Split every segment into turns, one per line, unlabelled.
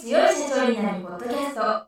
強い社長になるポッドキャスト。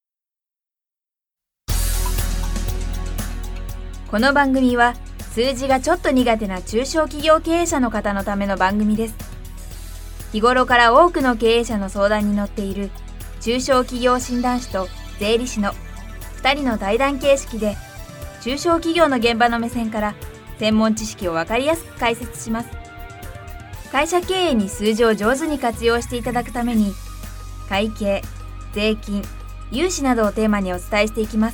この番組は数字がちょっと苦手な中小企業経営者の方のための番組です。日頃から多くの経営者の相談に乗っている中小企業診断士と税理士の2人の対談形式で、中小企業の現場の目線から専門知識を分かりやすく解説します。会社経営に数字を上手に活用していただくために、会計、税金、融資などをテーマにお伝えしていきます。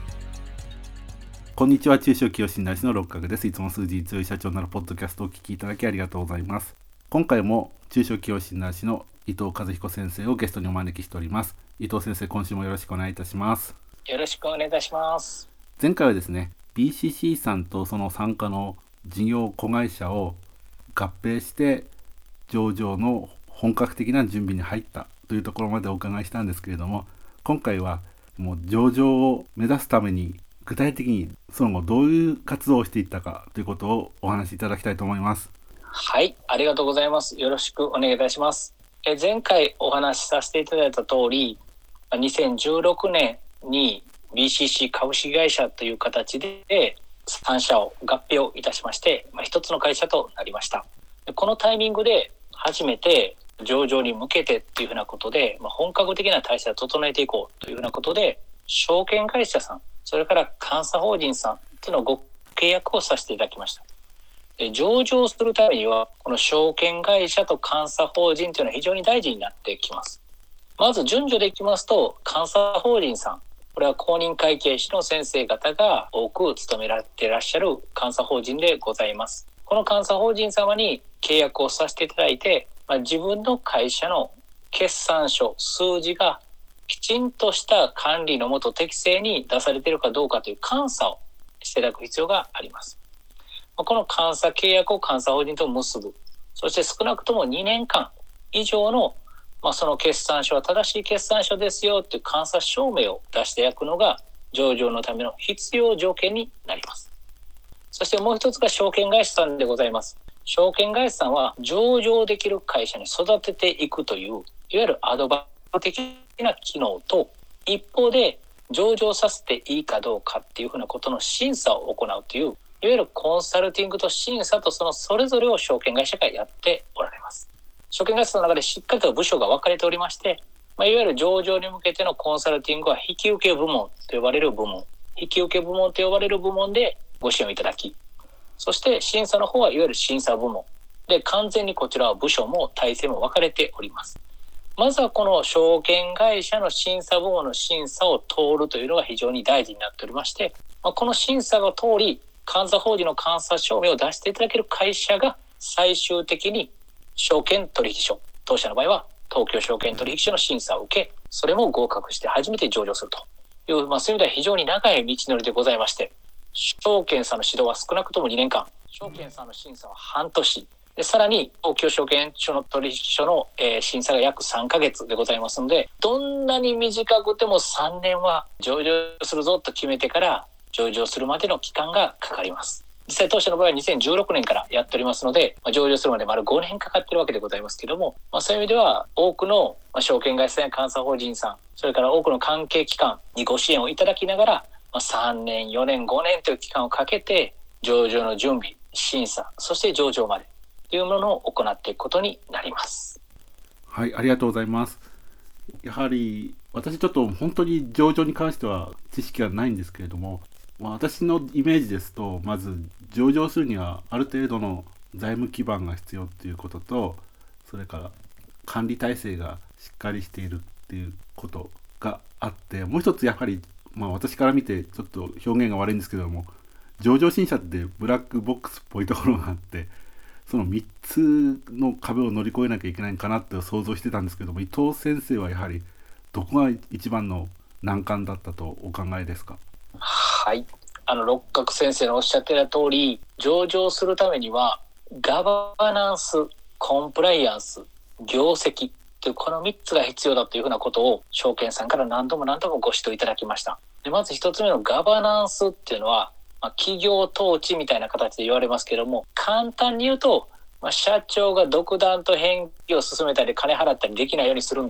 こんにちは、中小企業診断士の六角です。いつも数字に強い社長になるポッドキャストをお聞きいただきありがとうございます。今回も中小企業診断士の伊藤和彦先生をゲストにお招きしております。伊藤先生、今週もよろしくお願いいたします。
よろしくお願いいたします。
前回はですね、BCC さんとその傘下の事業子会社を合併して上場の本格的な準備に入ったというところまでお伺いしたんですけれども、今回はもう上場を目指すために具体的にその後どういう活動をしていったかということをお話しいただきたいと思います。
はい、ありがとうございます。よろしくお願いいたします。前回お話しさせていただいた通り、2016年に BCC 株式会社という形で3社を合併いたしまして、一つの会社となりました。このタイミングで初めて上場に向けてというふうなことで、本格的な体制を整えていこうというふうなことで、証券会社さん、それから監査法人さんというのをご契約をさせていただきました。上場するためには、この証券会社と監査法人というのは非常に大事になってきます。まず順序でいきますと、監査法人さん、これは公認会計士の先生方が多く務められていらっしゃる監査法人でございます。この監査法人様に契約をさせていただいて、自分の会社の決算書、数字がきちんとした管理のもと適正に出されているかどうかという監査をしていただく必要があります。この監査契約を監査法人と結ぶ。そして少なくとも2年間以上の、その決算書は正しい決算書ですよという監査証明を出していただくのが上場のための必要条件になります。そしてもう一つが証券会社さんでございます。証券会社さんは上場できる会社に育てていくという、いわゆるアドバイス的な機能と、一方で上場させていいかどうかっていうふうなことの審査を行うという、いわゆるコンサルティングと審査とそれぞれを証券会社がやっておられます。証券会社の中でしっかりと部署が分かれておりまして、いわゆる上場に向けてのコンサルティングは引き受け部門と呼ばれる部門、引き受け部門と呼ばれる部門でご支援いただき、そして審査の方はいわゆる審査部門で、完全にこちらは部署も体制も分かれております。まずはこの証券会社の審査部門の審査を通るというのが非常に大事になっておりまして、この審査が通り、監査法人の監査証明を出していただける会社が最終的に証券取引所、当社の場合は東京証券取引所の審査を受け、それも合格して初めて上場するという、そういう意味では非常に長い道のりでございまして、証券さんの指導は少なくとも2年間、証券さんの審査は半年で、さらに東京証券所の取引所の、審査が約3ヶ月でございますので、どんなに短くても3年は上場するぞと決めてから上場するまでの期間がかかります。実際当社の場合は2016年からやっておりますので、上場するまで丸5年かかっているわけでございますけども、そういう意味では多くの証券会社や監査法人さん、それから多くの関係機関にご支援をいただきながら、3年、4年、5年という期間をかけて上場の準備、審査、そして上場までというものを行っていくことになります。
はい、ありがとうございます。やはり私ちょっと本当に上場に関しては知識がないんですけれども、私のイメージですと、まず上場するにはある程度の財務基盤が必要っていうことと、それから管理体制がしっかりしているっていうことがあって、もう一つやはり、私から見てちょっと表現が悪いんですけども、上場審査ってブラックボックスっぽいところがあって、その3つの壁を乗り越えなきゃいけないかなって想像してたんですけども、伊藤先生はやはりどこが一番の難関だったとお考えですか？
はい、六角先生のおっしゃってた通り、上場するためにはガバナンス、コンプライアンス、業績というこの3つが必要だというふうなことを証券さんから何度もご指導いただきました。で、まず1つ目のガバナンスっていうのは、企業統治みたいな形で言われますけども、簡単に言うと、社長が独断と偏見を進めたり金払ったりできないようにするんだと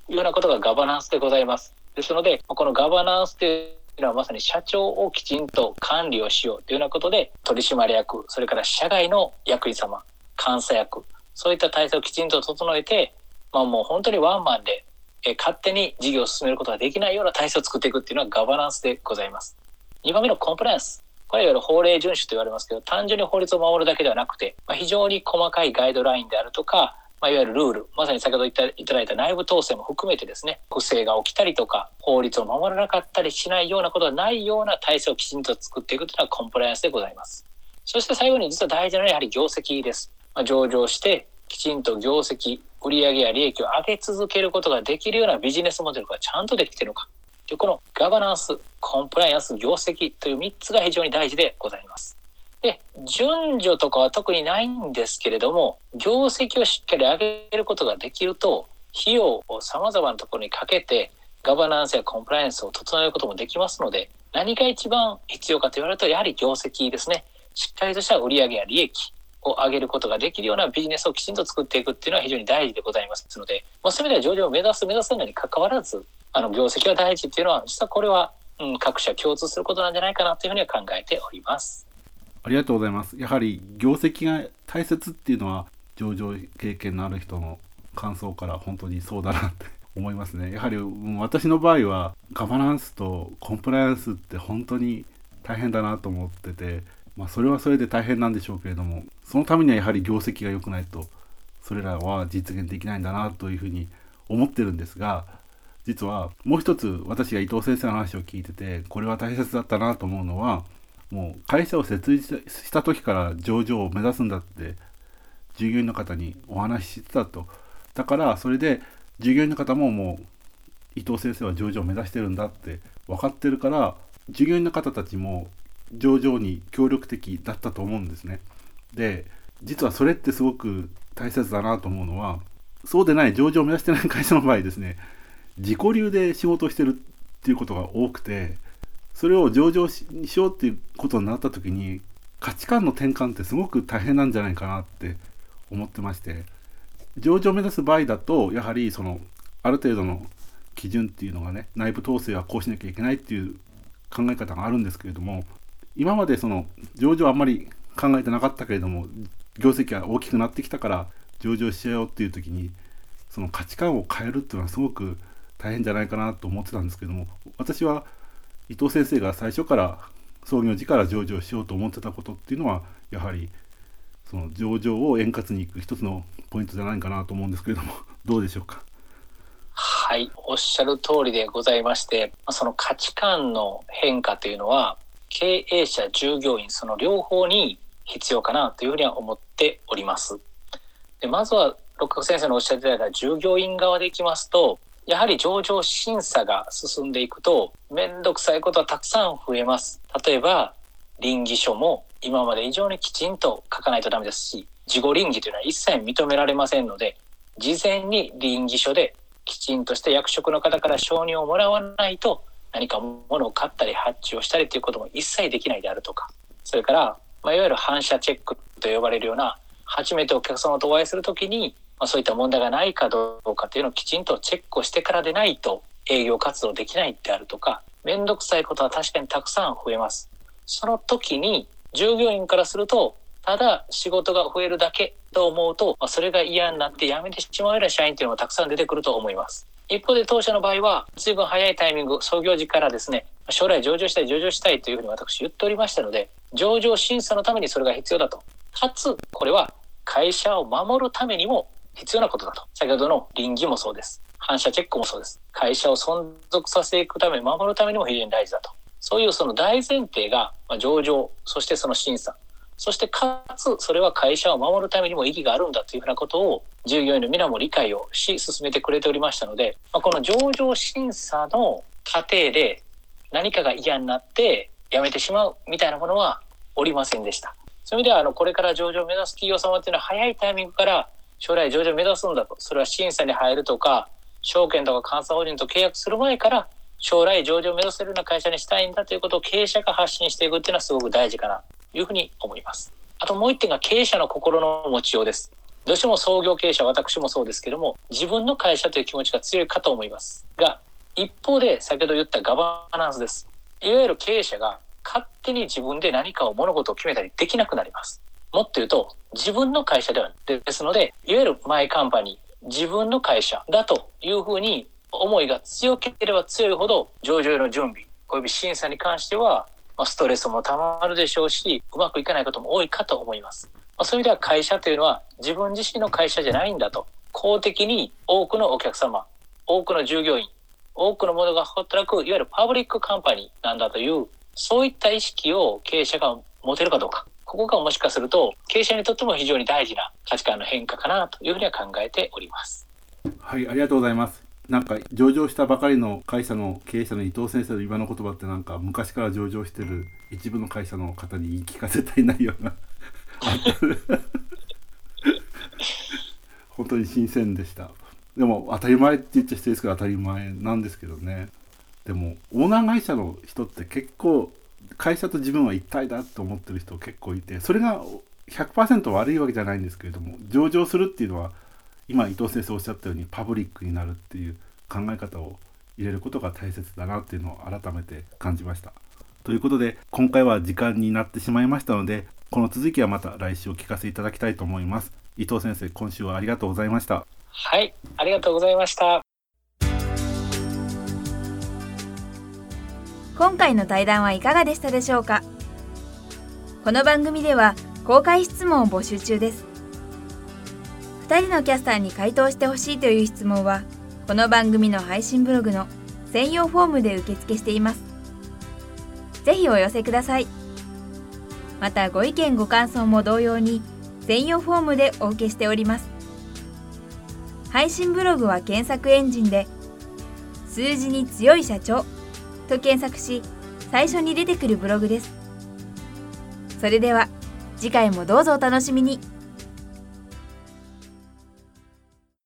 いうようなことがガバナンスでございます。ですので、このガバナンスというのはまさに社長をきちんと管理をしようというようなことで、取締役、それから社外の役員様、監査役、そういった体制をきちんと整えて、もう本当にワンマンで勝手に事業を進めることができないような体制を作っていくっていうのがガバナンスでございます。2番目のコンプライアンス。これはいわゆる法令遵守と言われますけど、単純に法律を守るだけではなくて、非常に細かいガイドラインであるとか、いわゆるルール、まさに先ほど言っていただいた内部統制も含めてですね、不正が起きたりとか、法律を守らなかったりしないようなことがないような体制をきちんと作っていくというのはコンプライアンスでございます。そして最後に実は大事なのはやはり業績です。上場してきちんと業績、売上や利益を上げ続けることができるようなビジネスモデルがちゃんとできているのか。このガバナンス、コンプライアンス、業績という3つが非常に大事でございます。で、順序とかは特にないんですけれども、業績をしっかり上げることができると、費用を様々なところにかけて、ガバナンスやコンプライアンスを整えることもできますので、何が一番必要かと言われると、やはり業績ですね。しっかりとした売上や利益を上げることができるようなビジネスをきちんと作っていくっていうのは非常に大事でございますので、そういう意味では上場を目指すのに関わらず、業績が大事っていうのは、実はこれは、各社共通することなんじゃないかなというふうには考えております。
ありがとうございます。やはり業績が大切っていうのは上場経験のある人の感想から本当にそうだなって思いますね。やはり私の場合はガバナンスとコンプライアンスって本当に大変だなと思ってて、それはそれで大変なんでしょうけれども、そのためにはやはり業績が良くないとそれらは実現できないんだなというふうに思ってるんですが、実はもう一つ私が伊藤先生の話を聞いててこれは大切だったなと思うのは、もう会社を設立した時から上場を目指すんだって従業員の方にお話ししてたと。だからそれで従業員の方ももう伊藤先生は上場を目指してるんだって分かってるから、従業員の方たちも上場に協力的だったと思うんですね。で、実はそれってすごく大切だなと思うのは、そうでない上場を目指してない会社の場合ですね、自己流で仕事をしてるっていうことが多くて、それを上場 しようっていうことになった時に価値観の転換ってすごく大変なんじゃないかなって思ってまして、上場を目指す場合だとやはりある程度の基準っていうのがね、内部統制はこうしなきゃいけないっていう考え方があるんですけれども、今まで上場はあんまり考えてなかったけれども業績が大きくなってきたから上場しちゃおうっていう時にその価値観を変えるっていうのはすごく大変じゃないかなと思ってたんですけども、私は伊藤先生が最初から創業時から上場しようと思ってたことっていうのはやはりその上場を円滑にいく一つのポイントじゃないかなと思うんですけれども、どうでしょうか。
はい、おっしゃる通りでございまして、その価値観の変化というのは経営者、従業員その両方に必要かなというふうには思っております。で、まずは六角先生のおっしゃっていただいた従業員側でいきますと、やはり上場審査が進んでいくとめんどくさいことはたくさん増えます。例えば稟議書も今まで以上にきちんと書かないとダメですし、事後稟議というのは一切認められませんので、事前に稟議書できちんとした役職の方から承認をもらわないと何か物を買ったり発注をしたりということも一切できないであるとか、それから、いわゆる反社チェックと呼ばれるような初めてお客様とお会いするときにそういった問題がないかどうかというのをきちんとチェックをしてからでないと営業活動できないであるとか、めんどくさいことは確かにたくさん増えます。その時に従業員からするとただ仕事が増えるだけと思うと、それが嫌になって辞めてしまうような社員というのもたくさん出てくると思います。一方で当社の場合は随分早いタイミング、創業時からですね、将来上場したいというふうに私言っておりましたので、上場審査のためにそれが必要だと、かつこれは会社を守るためにも必要なことだと。先ほどの稟議もそうです。反社チェックもそうです。会社を存続させていくため、守るためにも非常に大事だと。そういうその大前提が上場、そしてその審査、そしてかつそれは会社を守るためにも意義があるんだというふうなことを従業員の皆も理解をし進めてくれておりましたので、この上場審査の過程で何かが嫌になって辞めてしまうみたいなものはおりませんでした。そういう意味ではこれから上場を目指す企業様っていうのは早いタイミングから将来上場を目指すんだと、それは審査に入るとか証券とか監査法人と契約する前から将来上場を目指せるような会社にしたいんだということを経営者が発信していくっていうのはすごく大事かなというふうに思います。あともう一点が経営者の心の持ちようです。 どうしても創業経営者、私もそうですけども、自分の会社という気持ちが強いかと思いますが、一方で先ほど言ったガバナンスです。いわゆる経営者が勝手に自分で何かを物事を決めたりできなくなります。もっと言うと、自分の会社ではですので、いわゆるマイカンパニー、自分の会社だというふうに思いが強ければ強いほど、上場への準備および審査に関してはストレスもたまるでしょうし、うまくいかないことも多いかと思います。そういう意味では会社というのは自分自身の会社じゃないんだと、公的に多くのお客様、多くの従業員、多くの者が働くいわゆるパブリックカンパニーなんだという、そういった意識を経営者が持てるかどうか、ここがもしかすると経営者にとっても非常に大事な価値観の変化かなというふうには考えております。
はい、ありがとうございます。なんか上場したばかりの会社の経営者の伊藤先生の今の言葉って、なんか昔から上場してる一部の会社の方に言い聞かせたい内容が本当に新鮮でした。でも当たり前って言っちゃ失礼ですけど、当たり前なんですけどね。でもオーナー会社の人って結構会社と自分は一体だと思ってる人結構いて、それが 100% 悪いわけじゃないんですけれども、上場するっていうのは今伊藤先生おっしゃったようにパブリックになるっていう考え方を入れることが大切だなっていうのを改めて感じました。ということで今回は時間になってしまいましたので、この続きはまた来週お聞かせいただきたいと思います。伊藤先生、今週はありがとうございました。
はい、ありがとうございました。
今回の対談はいかがでしたでしょうか。この番組では公開質問を募集中です。2人のキャスターに回答してほしいという質問は、この番組の配信ブログの専用フォームで受付しています。ぜひお寄せください。またご意見ご感想も同様に専用フォームでお受けしております。配信ブログは検索エンジンで数字に強い社長と検索し、最初に出てくるブログです。それでは次回もどうぞお楽しみに。